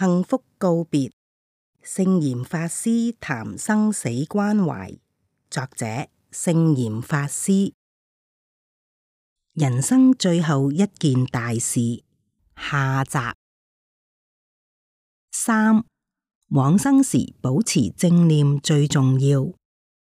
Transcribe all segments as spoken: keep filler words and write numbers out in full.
幸福告別，聖嚴法師談生死關懷。作者：聖嚴法師。人生最後一件大事，下集。三、往生時保持正念最重要。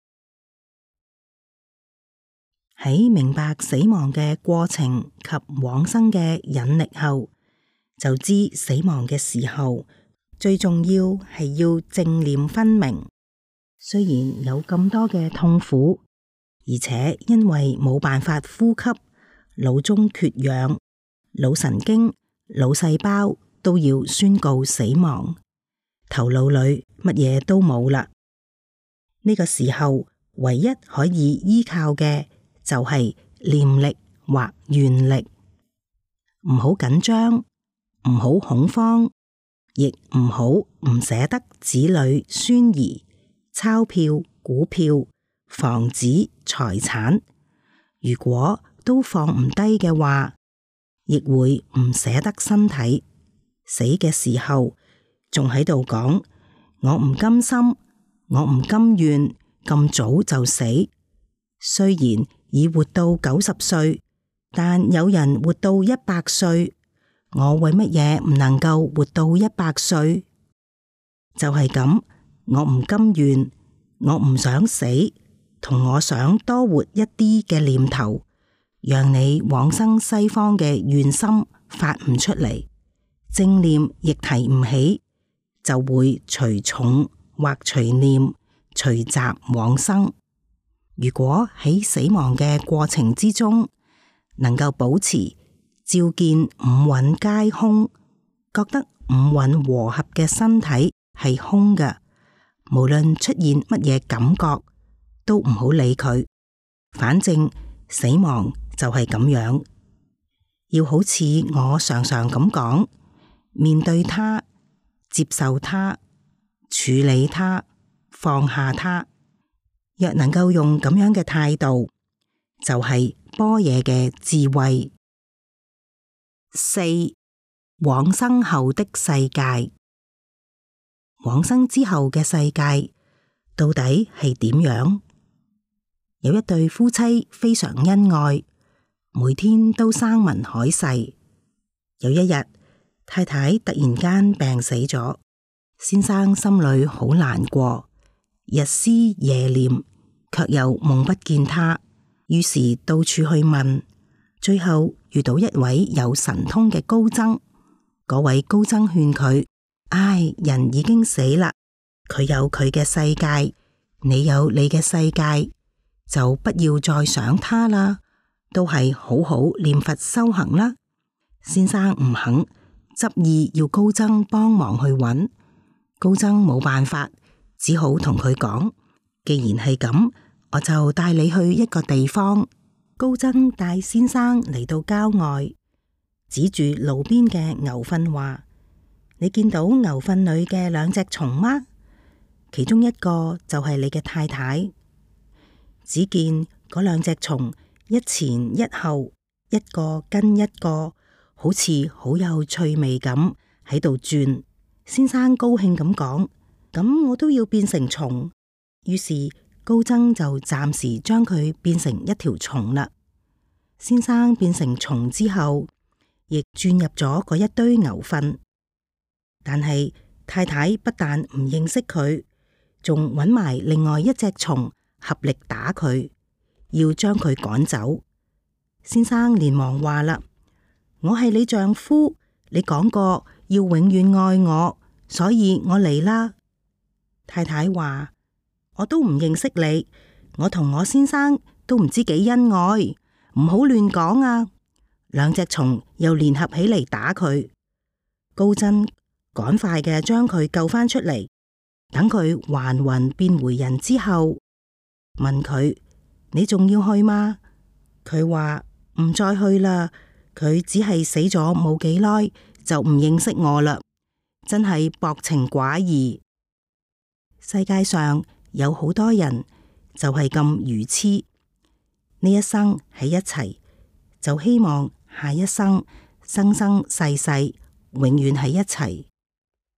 喺明白死亡嘅過程及往生嘅引力後，就知死亡嘅時候最重要係要正念分明。雖然有咁多嘅痛苦，而且因為冇辦法呼吸，腦中缺氧，腦神經、腦細胞都要宣告死亡，頭腦裏乜嘢都冇啦。呢個時候唯一可以依靠嘅就係念力或願力。唔好緊張，唔好恐慌，亦唔好唔捨得子女孫兒、鈔票、股票、房子、財產。如果都放唔低嘅話，亦會唔捨得身體。死嘅時候仲喺度講：我唔甘心，我唔甘願咁早就死。雖然已活到九十歲，但有人活到一百歲。我為乜嘢唔能夠活到一百歲？就係咁，我唔甘願，我唔想死，同我想多活一啲嘅念頭，讓你往生西方嘅願心發唔出嚟，正念亦提唔起，就會隨重或隨念隨習往生。如果喺死亡嘅過程之中，能夠保持照見五蘊皆空，覺得五蘊和合嘅身體係空嘅，無論出現乜嘢感覺，都唔好理佢。反正死亡就係咁樣，要好似我常常咁講，面對它，接受它，處理它，放下它。若能夠用咁樣嘅態度，就係般若嘅智慧。四、往生後的世界。往生之後嘅世界到底係點樣？有一對夫妻非常恩愛，每天都生聞海誓。有一日，太太突然間病死咗，先生心裏好難過，日思夜念，卻又夢不見她，於是到處去問。最後遇到一位有神通嘅高僧，嗰位高僧勸佢：唉，人已經死啦，佢有佢嘅世界，你有你嘅世界，就不要再想他啦，都係好好念佛修行啦。先生唔肯，執意要高僧幫忙去揾。高僧冇辦法，只好同佢講：既然係咁，我就帶你去一個地方。高僧帶先生嚟到郊外，指住路邊嘅牛糞話：你見到牛糞裏嘅兩隻蟲嗎？其中一個就係你嘅太太。只見嗰兩隻蟲一前一後，一個跟一個，好似好有趣味咁喺度轉。先生高興咁講：咁我都要變成蟲。於是高僧就暫時將佢變成一條蟲啦。先生變成蟲之後，亦轉入咗嗰一堆牛糞。但係太太不但唔認識佢，仲揾埋另外一隻蟲合力打佢，要將佢趕走。先生連忙話啦：我係你丈夫，你講過要永遠愛我，所以我嚟啦。太太話：我都唔認識你，我同我先生都唔知幾恩愛，唔好亂講啊！兩隻蟲又聯合起嚟打佢。高僧趕快嘅將佢救翻出嚟，等佢還魂變回人之後，問佢：你仲要去嗎？佢話唔再去啦，佢只係死咗冇幾耐就唔認識我啦，真係薄情寡義。世界上有好多人就係咁愚癡，呢一生喺一齊，就希望下一生生生世世永遠喺一齊。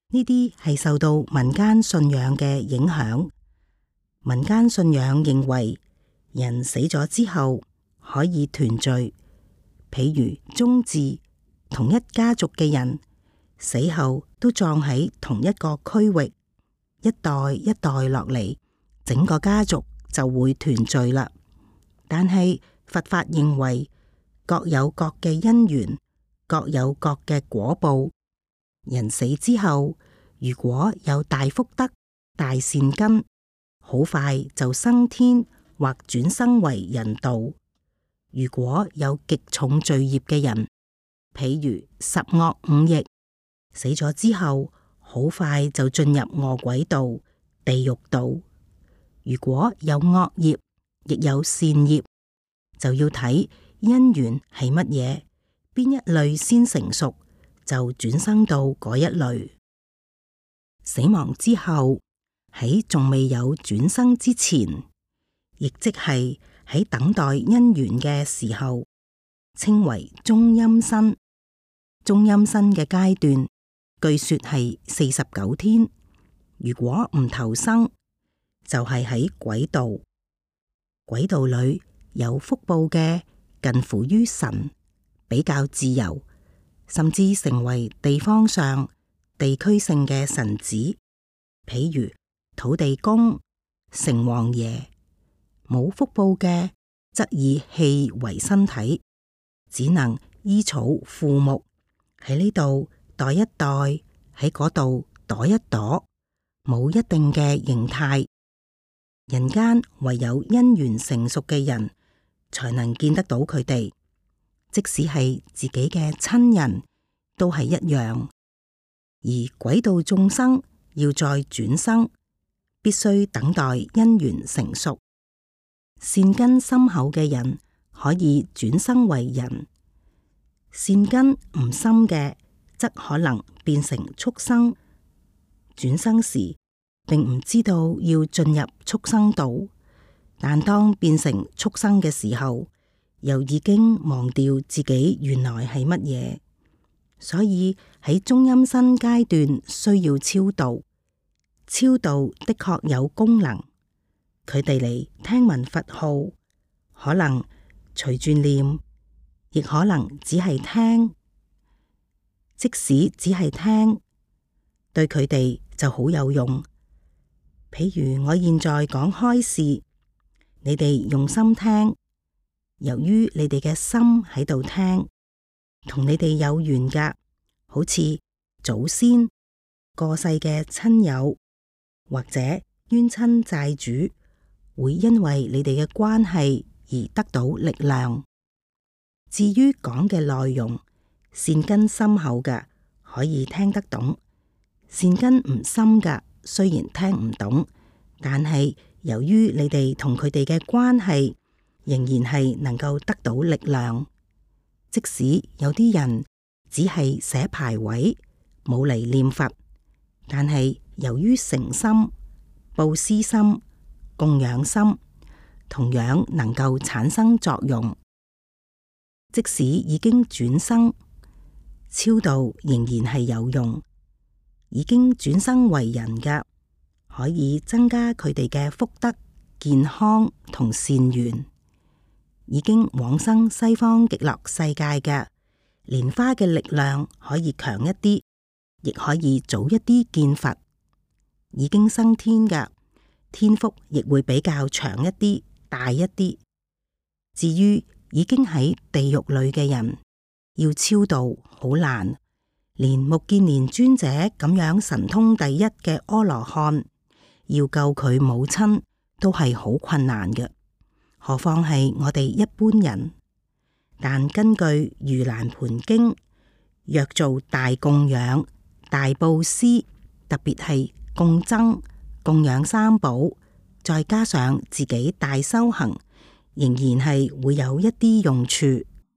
呢啲係受到民間信仰嘅影響。民間信仰認為人死咗之後可以團聚，譬如宗祠同一家族嘅人死後都葬喺同一個區域，一代一代落嚟，整個家族就會團聚啦。但係佛法認為各有各嘅因緣，各有各嘅果報。人死之後，如果有大福德、大善根，好快就升天或轉生為人道。如果有極重罪業嘅人，譬如十惡五逆，死咗之後好快就進入餓鬼道、地獄道。如果有惡業，亦有善業，就要睇因緣係乜嘢，邊一類先成熟，就轉生到嗰一類。死亡之後，喺仲未有轉生之前，亦即係喺等待因緣嘅時候，稱為中陰身。中陰身嘅階段，據說係四十九天。如果唔投生，就係喺鬼道。鬼道裏有福報嘅，近乎於神，比較自由，甚至成為地方上地區性嘅神子，譬如土地公、城隍爺。冇福報嘅，則以氣為身體，只能依草附木，喺呢度躲一躲，喺嗰度躲一躲，冇一定嘅形態。人間唯有因緣成熟嘅人，才能見得到佢哋，即使係自己嘅親人，都係一樣。而鬼道眾生要再轉生，必須等待因緣成熟。善根深厚嘅人可以轉生為人，善根唔深嘅則可能變成畜生。轉生時並唔知道要進入畜生道，但當變成畜生嘅時候，又已經忘掉自己原來係乜嘢。所以喺中陰身階段需要超度，超度的確有功能。佢哋嚟聽聞佛號，可能隨住念，亦可能只係聽。即使只係聽，對佢哋就好有用。譬如我現在講開示，你哋用心聽，由於你哋嘅心喺度聽，同你哋有緣噶，好似祖先、過世嘅親友或者冤親債主，會因為你哋嘅關係而得到力量。至於講嘅內容，善根深厚嘅可以聽得懂，善根唔深嘅雖然聽唔懂，但係由於你哋同佢哋嘅關係，仍然係能夠得到力量。即使有啲人只係寫牌位，冇嚟念佛，但係由於誠心、布施心、供養心，同樣能夠產生作用。即使已經轉生，超度仍然係有用。已經轉生為人嘅，可以增加佢哋嘅福德、健康同善緣。已經往生西方極樂世界嘅，蓮花嘅力量可以強一啲，亦可以早一啲見佛。已經升天嘅，天福亦會比較長一啲、大一啲。至於已經喺地獄裏嘅人，要超度好難，連目犍連尊者咁樣神通第一嘅阿羅漢，要救佢母親都係好困難嘅，何況係我哋一般人。但根據《盂蘭盆經》，若做大供養、大布施，特別係供僧、供養三寶，再加上自己大修行，仍然係會有一啲用處。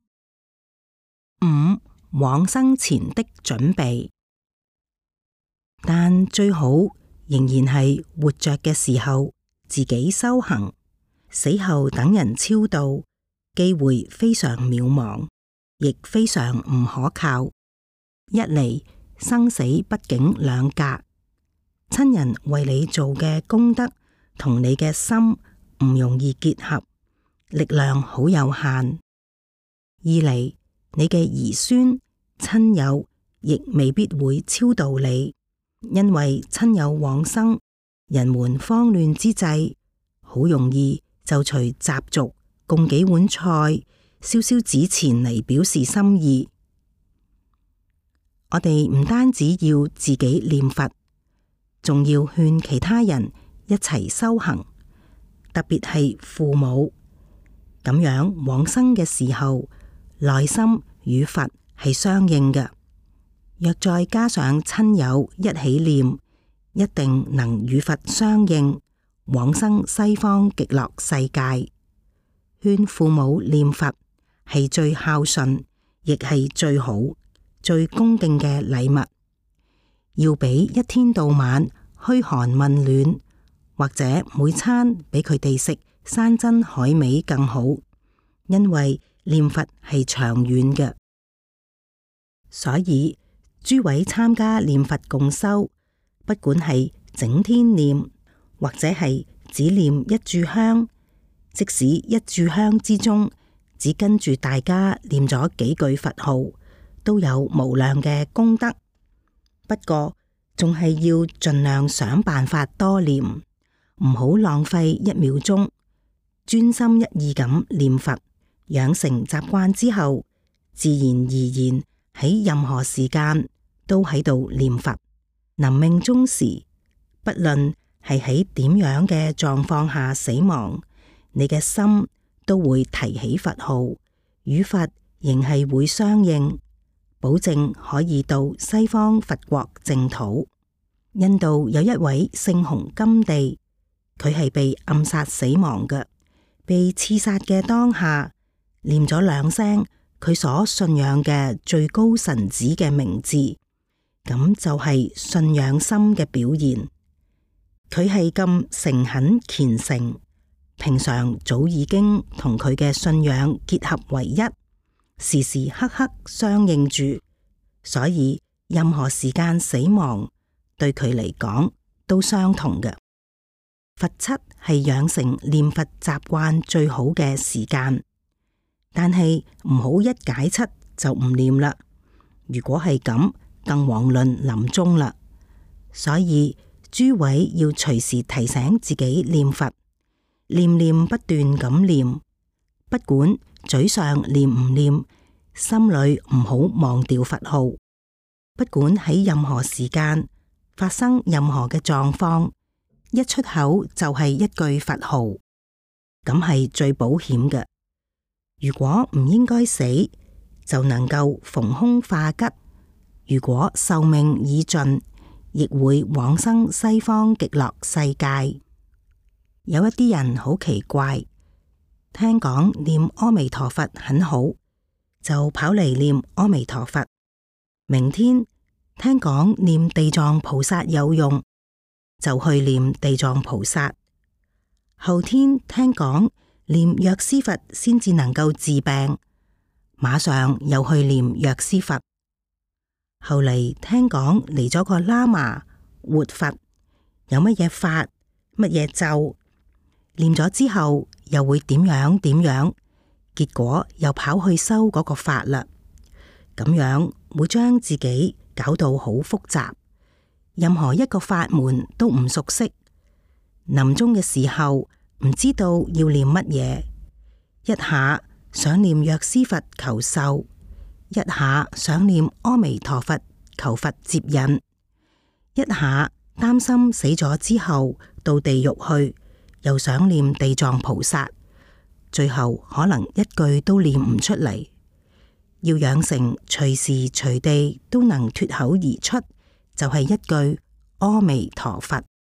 五、往生前的準備，但最好仍然係活着嘅時候自己修行，死後等人超度，機會非常渺茫，亦非常唔可靠。一嚟生死畢竟兩隔。親人為你做嘅功德同你嘅心唔容易結合，力量好有限。二嚟，你嘅兒孫親友亦未必會超度你，因為親友往生，人們慌亂之際，好容易就隨習俗供幾碗菜、燒燒紙錢嚟表示心意。我哋唔單止要自己念佛，仲要勸其他人一齊修行，特別係父母，咁樣往生嘅時候，內心與佛係相應嘅。若再加上親友一起念，一定能與佛相應，往生西方極樂世界。勸父母念佛係最孝順，亦係最好、最恭敬嘅禮物。要比一天到晚噓寒問暖，或者每餐俾佢哋食山珍海味更好，因為念佛係長遠嘅。所以諸位參加念佛共修，不管係整天念，或者係只念一炷香，即使一炷香之中只跟住大家念咗幾句佛號，都有無量嘅功德。不過仲係要盡量想辦法多念，唔好浪費一秒鐘，專心一意咁念佛，養成習慣之後，自然而然喺任何時間都喺度念佛。臨命終時，不論係喺點樣嘅狀況下死亡，你嘅心都會提起佛號，與佛仍係會相應，保證可以到西方佛國淨土。印度有一位聖雄甘地，佢係被暗殺死亡嘅，被刺殺嘅當下，念咗兩聲佢所信仰嘅最高神子嘅名字，咁就係信仰心嘅表現。佢係咁誠懇虔誠，平常早已經同佢嘅信仰結合為一，時時刻刻相應住，所以任何時間死亡對佢嚟講都相同嘅。佛七係養成念佛習慣最好嘅時間，但係唔好一解七就唔念啦。如果係咁，更遑論臨終啦。所以諸位要隨時提醒自己念佛，念念不斷咁念，不管嘴上念唔念，心裏唔好忘掉佛號。不管喺任何時間發生任何嘅狀況，一出口就係一句佛號，咁係最保險嘅。如果唔應該死，就能夠逢凶化吉；如果壽命已盡，亦會往生西方極樂世界。有一啲人好奇怪，聽講念阿彌陀佛很好，就跑嚟念阿彌陀佛。明天聽講念地藏菩薩有用，就去念地藏菩薩。後天聽講念藥師佛先至能夠治病，馬上又去念藥師佛。後嚟聽講嚟咗個喇嘛活佛，有乜嘢法乜嘢咒，念咗之後又會點樣點樣，結果又跑去修嗰個法啦。咁樣會將自己搞到好複雜，任何一個法門都唔熟悉，臨終嘅時候唔知道要念乜嘢，一下想念藥師佛求壽，一下想念阿彌陀佛求佛接引，一下擔心死咗之後到地獄去，又想念地藏菩薩，最後可能一句都念唔出嚟。要養成隨時隨地都能脫口而出，就係一句阿彌陀佛。